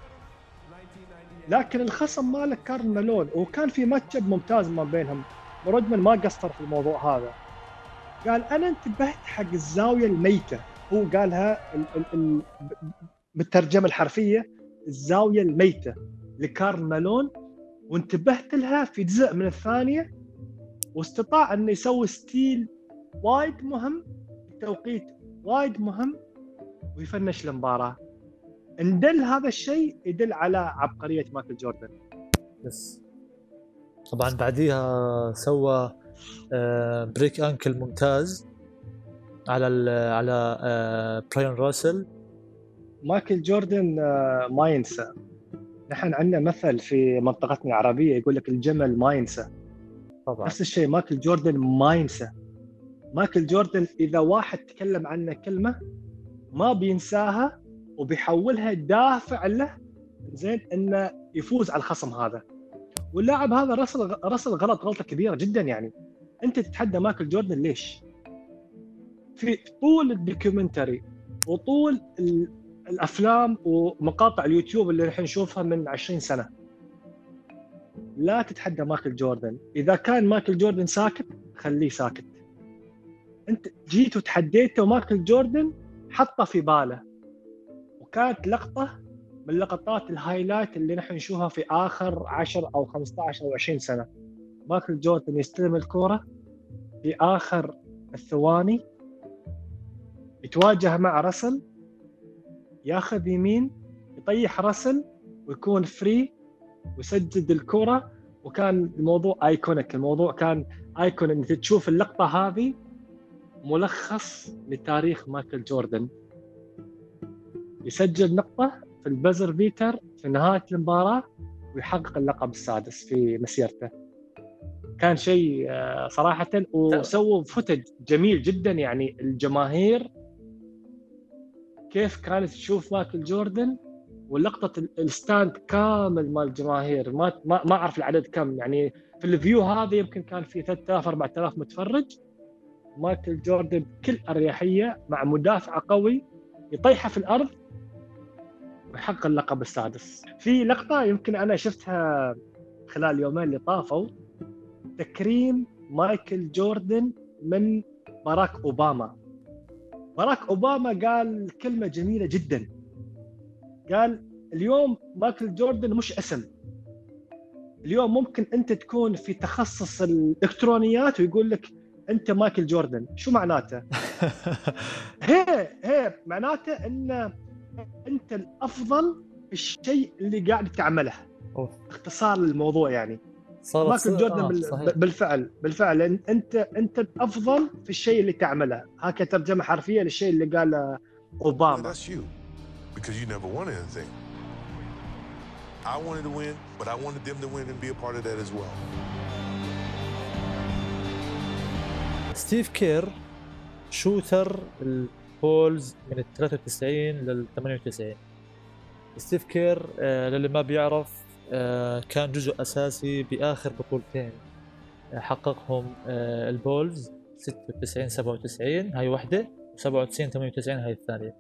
B: لكن الخصم ماله كارمالون، وكان في ماتش ممتاز ما بينهم، رودمان ما قصر في الموضوع هذا. قال انا انتبهت حق الزاويه الميته، هو قالها بالترجمه الحرفيه الزاويه الميته لكارمالون، وانتبهت لها في جزء من الثانيه، واستطاع انه يسوي ستيل وايد مهم، توقيت وايد مهم، ويفنش المباراه. ان دل هذا الشيء يدل على عبقريه مايكل جوردن.
A: بس طبعا بعديها سوى بريك انكل ممتاز على براين راسل.
B: مايكل جوردن ما ينسى. نحن عندنا مثل في منطقتنا العربيه يقول لك الجمل ما ينسى.
A: طبعا
B: نفس الشيء مايكل جوردن ما ينسى. مايكل جوردن اذا واحد تكلم عنه كلمه ما بينساها وبيحولها دافع له زين انه يفوز على الخصم هذا. واللاعب هذا رسل غلطه كبيره جدا. يعني انت تتحدى مايكل جوردن ليش؟ في طول الدوكيومنتري وطول الافلام ومقاطع اليوتيوب اللي راح نشوفها من 20 سنه لا تتحدى مايكل جوردن. اذا كان مايكل جوردن ساكت خليه ساكت. انت جيت وتحديته ومايكل جوردن حطه في باله، وكانت لقطه من لقطات الهايلايت اللي نحن نشوفها في اخر 10 او 15 او 20 سنه. مايكل جوردن يستلم الكره في اخر الثواني، يتواجه مع راسل، ياخذ يمين، يطيح راسل ويكون فري ويسجد الكره. وكان الموضوع ايكونيك، الموضوع كان ايكون انك تشوف اللقطه هذه ملخص لتاريخ مايكل جوردن. يسجل نقطه في البزر بيتر في نهايه المباراه ويحقق اللقب السادس في مسيرته. كان شيء صراحه، وسووا فوتج جميل جدا. يعني الجماهير كيف كانت تشوف مايكل جوردن، واللقطه الستاند كامل مال الجماهير، ما اعرف العدد كم، يعني في الفيو هذا يمكن كان في 3000 4000 متفرج. مايكل جوردن بكل اريحيه مع مدافع قوي يطيحه في الارض ويحقق اللقب السادس. في لقطه يمكن انا شفتها خلال اليومين اللي طافوا، تكريم مايكل جوردن من باراك اوباما. باراك اوباما قال كلمه جميله جدا، قال اليوم مايكل جوردن مش اسم، اليوم ممكن انت تكون في تخصص الالكترونيات ويقول لك انت مايكل جوردن. شو معناته؟ هي معناته ان انت الافضل في الشيء اللي قاعد تعمله. اختصار للموضوع يعني مايكل جوردن بالفعل انت الافضل في الشيء اللي تعمله. هكذا ترجمه حرفيه للشيء اللي قاله اوباما.
F: Because you never won anything. I wanted to win, but I wanted them to win and be a part of that as well.
A: ستيف كير شوتر البولز من 93 لل 98. ستيف كير للي ما بيعرف كان جزء أساسي بآخر بطولتين حققهم البولز 96 97 هاي واحدة، 97 98 هاي الثانية.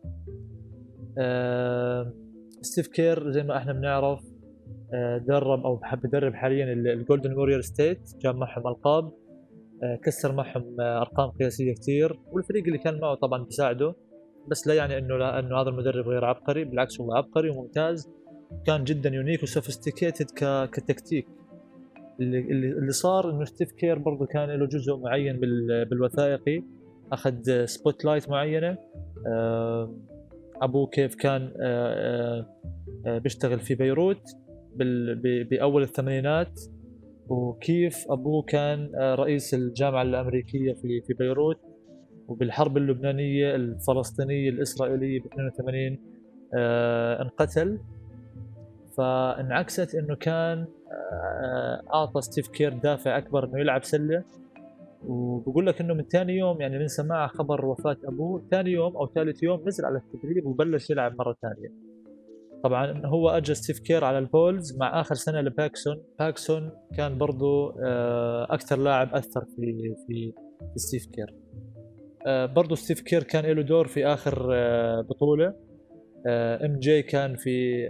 A: ستيف كير زي ما احنا بنعرف درب او بحب يدرب حاليا الجولدن وورير ستيت، جاب معهم القاب، كسر معهم ارقام قياسيه كثير، والفريق اللي كان معه طبعا بيساعده، بس لا يعني انه هذا المدرب غير عبقري، بالعكس هو عبقري وممتاز، كان جدا يونيك وسوفيستيكيتد كتكتيك. اللي صار انه ستيف كير برضه كان له جزء معين بالوثائقي، اخذ سبوت لايت معينه. ابوه كيف كان بيشتغل في بيروت باول الثمانينات، وكيف ابوه كان رئيس الجامعه الامريكيه في بيروت، وبالحرب اللبنانيه الفلسطينيه الاسرائيليه ب 82 انقتل. فانعكست انه كان اعطى ستيف كير دافع اكبر انه يلعب سله. وبقول لك انه من ثاني يوم، يعني من سماع خبر وفاه ابوه ثاني يوم او ثالث يوم نزل على التدريب وبلش يلعب مره ثانيه. طبعا هو اجى ستيف كير على البولز مع اخر سنه لباكسون. باكسون كان برضو اكثر لاعب اثر في ستيف كير. برضو ستيف كير كان له دور في اخر بطوله. ام جي كان في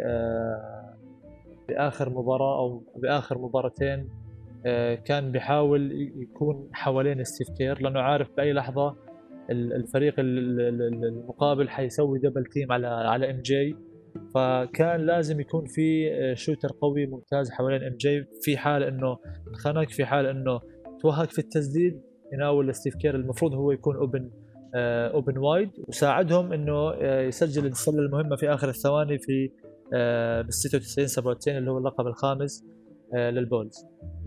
A: اخر مباراه او باخر مباراتين كان بيحاول يكون حوالين ستيف كير، لانه عارف باي لحظه الفريق المقابل حيسوي دبل تيم على ام جي، فكان لازم يكون في شوتر قوي ممتاز حوالين ام جي، في حال انه انخنق، في حال انه توهق في التسديد يناول ستيف كير. المفروض هو يكون اوبن وايد، وساعدهم انه يسجل السله المهمه في اخر الثواني في بال 96 97 اللي هو اللقب الخامس للبولز.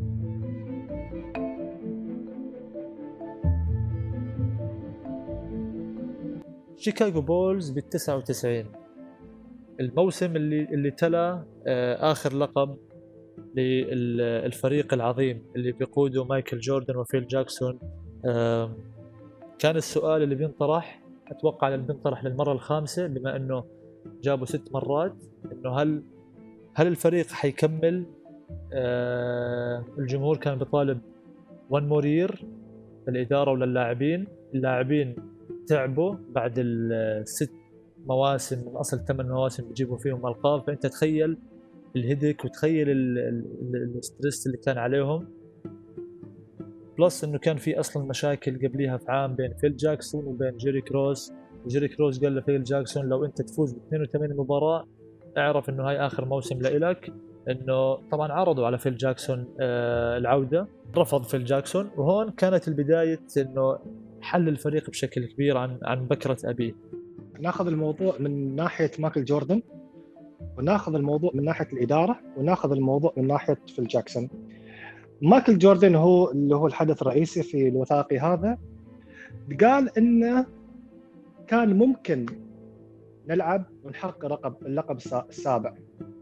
A: شيكاغو بولز بال 99 الموسم اللي تلا آخر لقب للفريق العظيم اللي بيقوده مايكل جوردن وفيل جاكسون. كان السؤال اللي بينطرح، أتوقع اللي بينطرح للمرة الخامسة بما أنه جابوا 6 مرات، أنه هل الفريق حيكمل؟ الجمهور كان بيطالب 1 more year للإدارة وللاعبين. اللاعبين تعبوا بعد ال6 مواسم، من أصل 8 مواسم بيجيبوا فيهم ألقاب، فأنت تخيل الهدك وتخيل الستريس اللي كان عليهم. بلس انه كان في اصلا مشاكل قبليها في عام بين فيل جاكسون وبين جيري كروس، وجيري كروس قال لفيل جاكسون لو انت تفوز ب 82 مباراة اعرف انه هاي اخر موسم لإلك. انه طبعا عرضوا على فيل جاكسون العودة، رفض فيل جاكسون، وهون كانت البداية انه حل الفريق بشكل كبير عن بكرة ابيه.
B: ناخذ الموضوع من ناحيه مايكل جوردن، وناخذ الموضوع من ناحيه الاداره، وناخذ الموضوع من ناحيه فيل جاكسون. مايكل جوردن هو اللي هو الحدث الرئيسي في الوثائقي هذا، قال انه كان ممكن نلعب ونحقق اللقب السابع.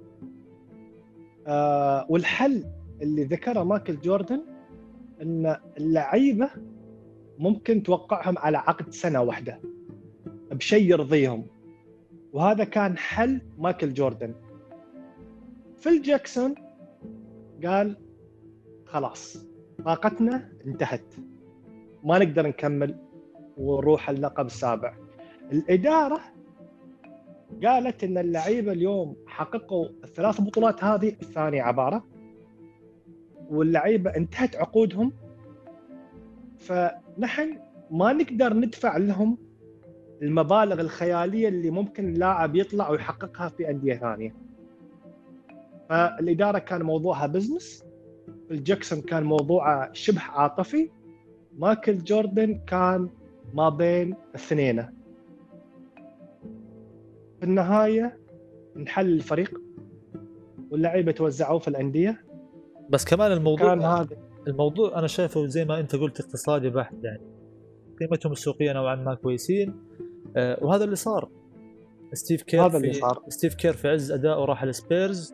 B: والحل اللي ذكره مايكل جوردن ان اللعيبه ممكن توقعهم على عقد سنه واحده بشيء يرضيهم، وهذا كان حل مايكل جوردن. فيل جاكسون قال خلاص طاقتنا انتهت، ما نقدر نكمل ونروح اللقب السابع. الإدارة قالت إن اللعيبة اليوم حققوا الثلاث بطولات هذه، الثانية عبارة، واللعيبة انتهت عقودهم، فنحن ما نقدر ندفع لهم المبالغ الخيالية اللي ممكن اللاعب يطلع ويحققها في أندية ثانية. فالإدارة كان موضوعها بزنس، الجاكسون كان موضوعه شبه عاطفي، مايكل جوردن كان ما بين الاثنين. في النهاية انحل الفريق واللعيبة توزعوا في الأندية.
A: بس كمان
B: كان
A: الموضوع أنا شايفه زي ما أنت قلت اقتصادي بحت، يعني قيمتهم السوقية نوعا ما كويسين. وهذا اللي صار. ستيف كير في عز أدائه راح السبيرز،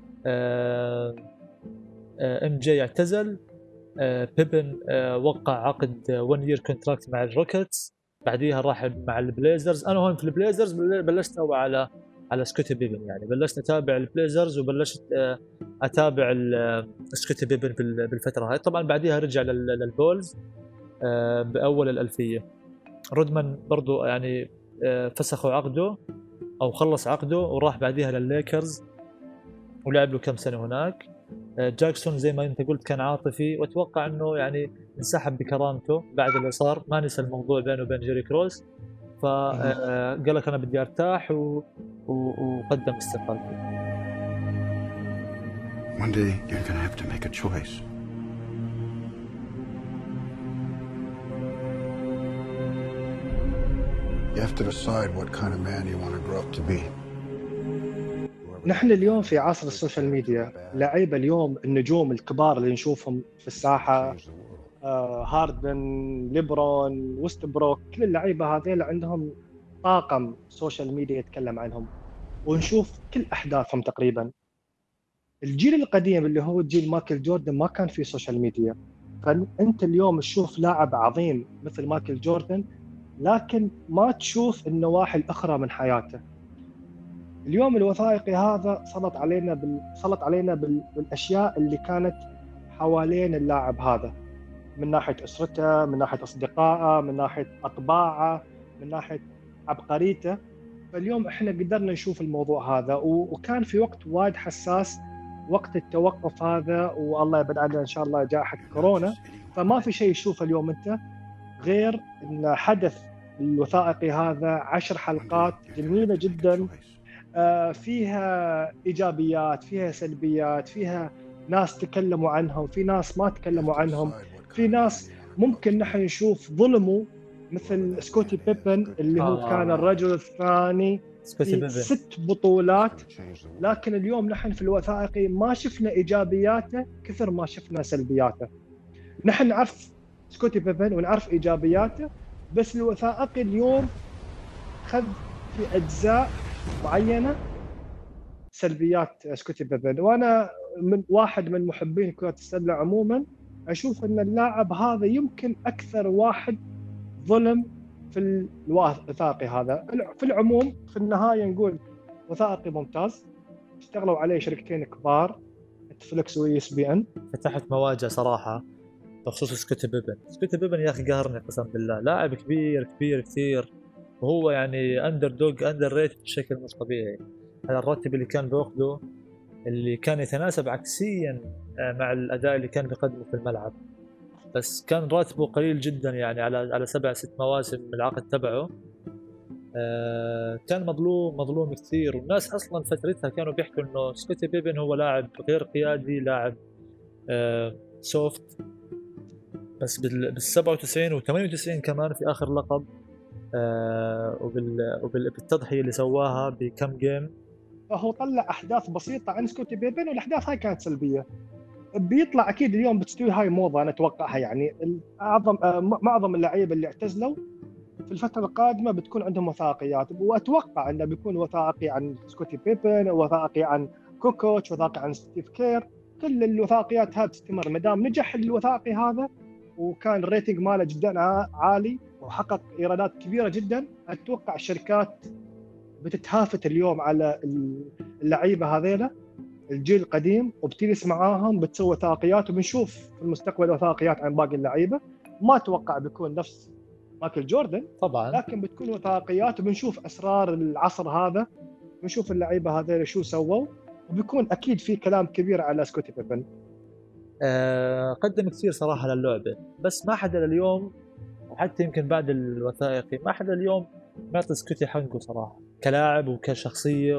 A: ام جي اعتزل، بيبن وقع عقد 1 year كونتراكت مع الروكيتس، بعديها راح مع البليزرز. انا هون في البليزرز بلشت اوعى على سكوتي بيبن، يعني بلشت اتابع البليزرز وبلشت اتابع سكوتي بيبن بالفتره هاي. طبعا بعديها رجع للبولز باول الالفيه. رودمان برضو يعني فسخوا عقده او خلص عقده وراح بعديها للليكرز ولعب له كم سنه هناك. جاكسون زي ما انت قلت كان عاطفي، واتوقع انه يعني انسحب بكرامته بعد اللي صار، ما نسى الموضوع بينه وبين جيري كروس، فقال لك انا بدي ارتاح وقدم استقالته.
G: One day you're going to have to make a choice. You have to decide what kind of man you want to grow up to be.
B: نحن اليوم في عصر السوشيال ميديا، لعيبة اليوم النجوم الكبار اللي نشوفهم في الساحة، هاردن، ليبرون، وستبروك، كل اللعيبة هذيل عندهم طاقم سوشيال ميديا يتكلم عنهم، ونشوف كل أحداثهم تقريبا. الجيل القديم اللي هو جيل مايكل جوردن ما كان في سوشيال ميديا، فأنت اليوم تشوف لاعب عظيم مثل مايكل جوردن لكن ما تشوف النواحي الأخرى من حياته. اليوم الوثائقي هذا سلط علينا بالاشياء اللي كانت حوالين اللاعب هذا، من ناحيه اسرته، من ناحيه اصدقائه، من ناحيه اطباعه، من ناحيه عبقريته. فاليوم احنا قدرنا نشوف الموضوع هذا، وكان في وقت وايد حساس، وقت التوقف هذا، والله يبعد عنا ان شاء الله جائحه كورونا، فما في شيء تشوفه اليوم انت غير ان حدث الوثائقي هذا 10 حلقات جميله جدا، فيها إيجابيات، فيها سلبيات، فيها ناس تكلموا عنهم، في ناس ما تكلموا عنهم، في ناس ممكن نحن نشوف ظلموا مثل سكوتي بيبن اللي هو كان الرجل الثاني في 6 بطولات، لكن اليوم نحن في الوثائقي ما شفنا إيجابياته كثر ما شفنا سلبياته. نحن نعرف سكوتي بيبن ونعرف إيجابياته، بس الوثائقي اليوم خذ في أجزاء معينة سلبيات سكوتي بيبن. وأنا واحد من محبين كرة السلة عموما، أشوف أن اللاعب هذا يمكن أكثر واحد ظلم في الوثائقي هذا. في العموم في النهاية نقول وثائقي ممتاز، اشتغلوا عليه شركتين كبار، نتفلكس وESPN.
A: فتحت مواجع صراحة بخصوص سكوتي بيبن يا أخي قهرني قسم بالله، لاعب كبير كثير، وهو يعني أندر ريت بشكل مش طبيعي. هذا الراتب اللي كان بياخده اللي كان يتناسب عكسيا مع الأداء اللي كان بيقدمه في الملعب. بس كان راتبه قليل جدا يعني على 7-6 مواسم من العقد تبعه. كان مظلوم كثير، والناس اصلا فترتها كانوا بيحكوا انه سكوتي بيبن هو لاعب غير قيادي، لاعب سوفت. بس بال 97 و 98 كمان في اخر لقب، وبالتضحيه اللي سواها بكم جيم،
B: فهو طلع احداث بسيطه عن سكوتي بيبن، والاحداث هاي كانت سلبيه. بيطلع اكيد اليوم بتستوي هاي موضه انا اتوقعها، يعني معظم اللعيبه اللي اعتزلوا في الفتره القادمه بتكون عندهم وثائقيات، واتوقع انه بيكون وثائقي عن سكوتي بيبن، وثائقي عن كوكوتش، وثائقي عن ستيف كير. كل الوثائقيات هذه تستمر ما دام نجح الوثائقي هذا وكان الريتنج ماله جدا عالي وحقق ايرادات كبيره جدا. اتوقع الشركات بتتهافت اليوم على اللعيبه هذيلا الجيل القديم، وبتجلس معاهم بتسوي وثائقيات، وبنشوف في المستقبل وثائقيات عن باقي اللعيبه. ما اتوقع بيكون نفس مايكل جوردن
A: طبعا،
B: لكن بتكون وثائقيات، وبنشوف اسرار العصر هذا، بنشوف اللعيبه هذول شو سووا، وبيكون اكيد في كلام كبير على سكوتي بيبن.
A: قدم كثير صراحه للعبه، بس ما حدا لليوم، وحتى يمكن بعد الوثائقي ما حدا اليوم معطي سكوتي حقه صراحه كلاعب وكشخصيه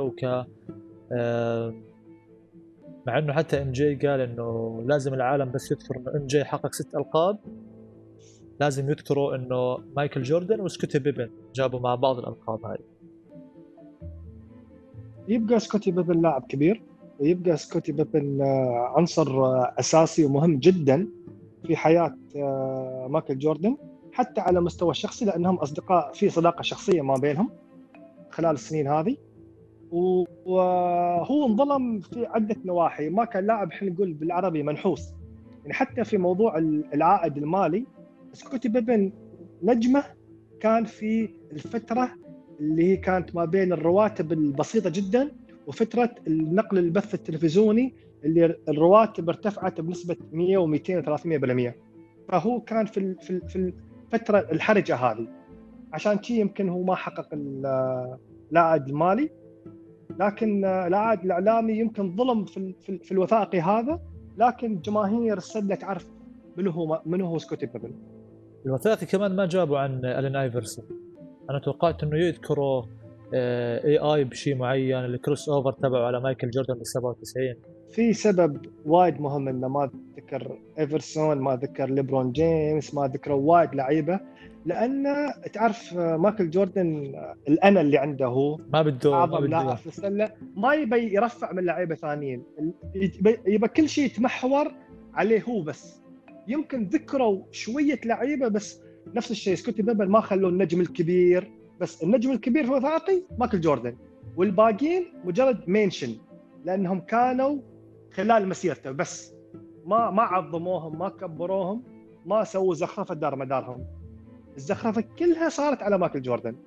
A: مع انه حتى ام جي قال انه لازم العالم بس يذكر انه ام جي حقق 6 ألقاب، لازم يذكروا انه مايكل جوردن وسكوتي بيبن جابوا مع بعض الألقاب هاي. يبقى
B: سكوتي بيبن لاعب كبير، ويبقى سكوتي بيبن عنصر اساسي ومهم جدا في حياه مايكل جوردن، حتى على مستوى الشخصي، لانهم اصدقاء، في صداقه شخصيه ما بينهم خلال السنين هذه. وهو انظلم في عده نواحي، ما كان لاعب احنا نقول بالعربي منحوس، يعني حتى في موضوع العائد المالي سكوتي بيبن نجمه كان في الفتره اللي هي كانت ما بين الرواتب البسيطه جدا وفتره النقل البث التلفزيوني اللي الرواتب ارتفعت بنسبه 100 و200 و300%. فهو كان في الفتره الحرجه هذه، عشان شيء يمكن هو ما حقق العائد المالي، لكن العائد الاعلامي يمكن ظلم في الوثائقي هذا. لكن جماهير السله تعرف منو هو سكوتي بيبن.
A: الوثائقي كمان ما جابوا عن ألين ايفرسون، انا توقعت انه يذكروا اي بشيء معين، الكروس اوفر تبعه على مايكل جوردن بال 97.
B: في سبب وايد مهم انه ما ذكر ايفرسون، ما ذكر ليبرون جيمس، ما ذكروا وايد لعيبه، لان تعرف مايكل جوردن الانا اللي عنده هو
A: ما بده
B: اعظم لاعب في السله، ما يبي يرفع من لعيبه ثانيين، يبى كل شيء يتمحور عليه هو بس. يمكن ذكروا شويه لعيبه بس نفس الشيء سكوتي بيبن ما خلوه النجم الكبير، بس النجم الكبير في الوثائقي مايكل جوردن، والباقيين مجرد مينشن لانهم كانوا خلال مسيرته بس، ما عظموهم، ما كبروهم، ما سووا زخرفه دار مدارهم. الزخرفه كلها صارت على مايكل جوردن.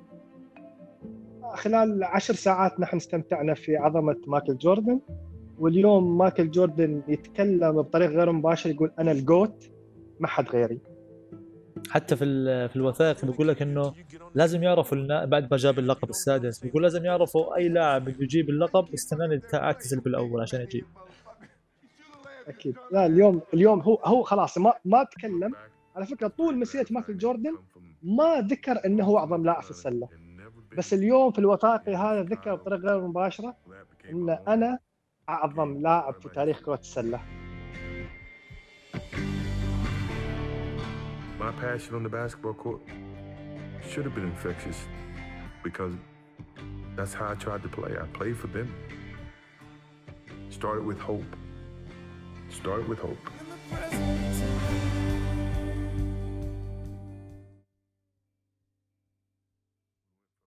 B: خلال 10 ساعات نحن استمتعنا في عظمه مايكل جوردن، واليوم مايكل جوردن يتكلم بطريقه غير مباشره، يقول انا الجوت ما حد غيري.
A: حتى في الوثائق بيقول لك انه لازم يعرفوا بعد ما جاب اللقب السادس، بيقول لازم يعرفوا اي لاعب بده يجيب اللقب استناني اعتزل بالاول عشان يجيب.
B: اكيد. لا اليوم هو خلاص ما تكلم. على فكره طول مسيره مايكل جوردن ما ذكر انه هو اعظم لاعب في السله، بس اليوم في الوثائقي هذا ذكر بطريقه غير مباشره ان انا اعظم لاعب في تاريخ كره السله.
F: My passion on the basketball court should have been infectious because that's how I tried to play. I played for them. Started with hope.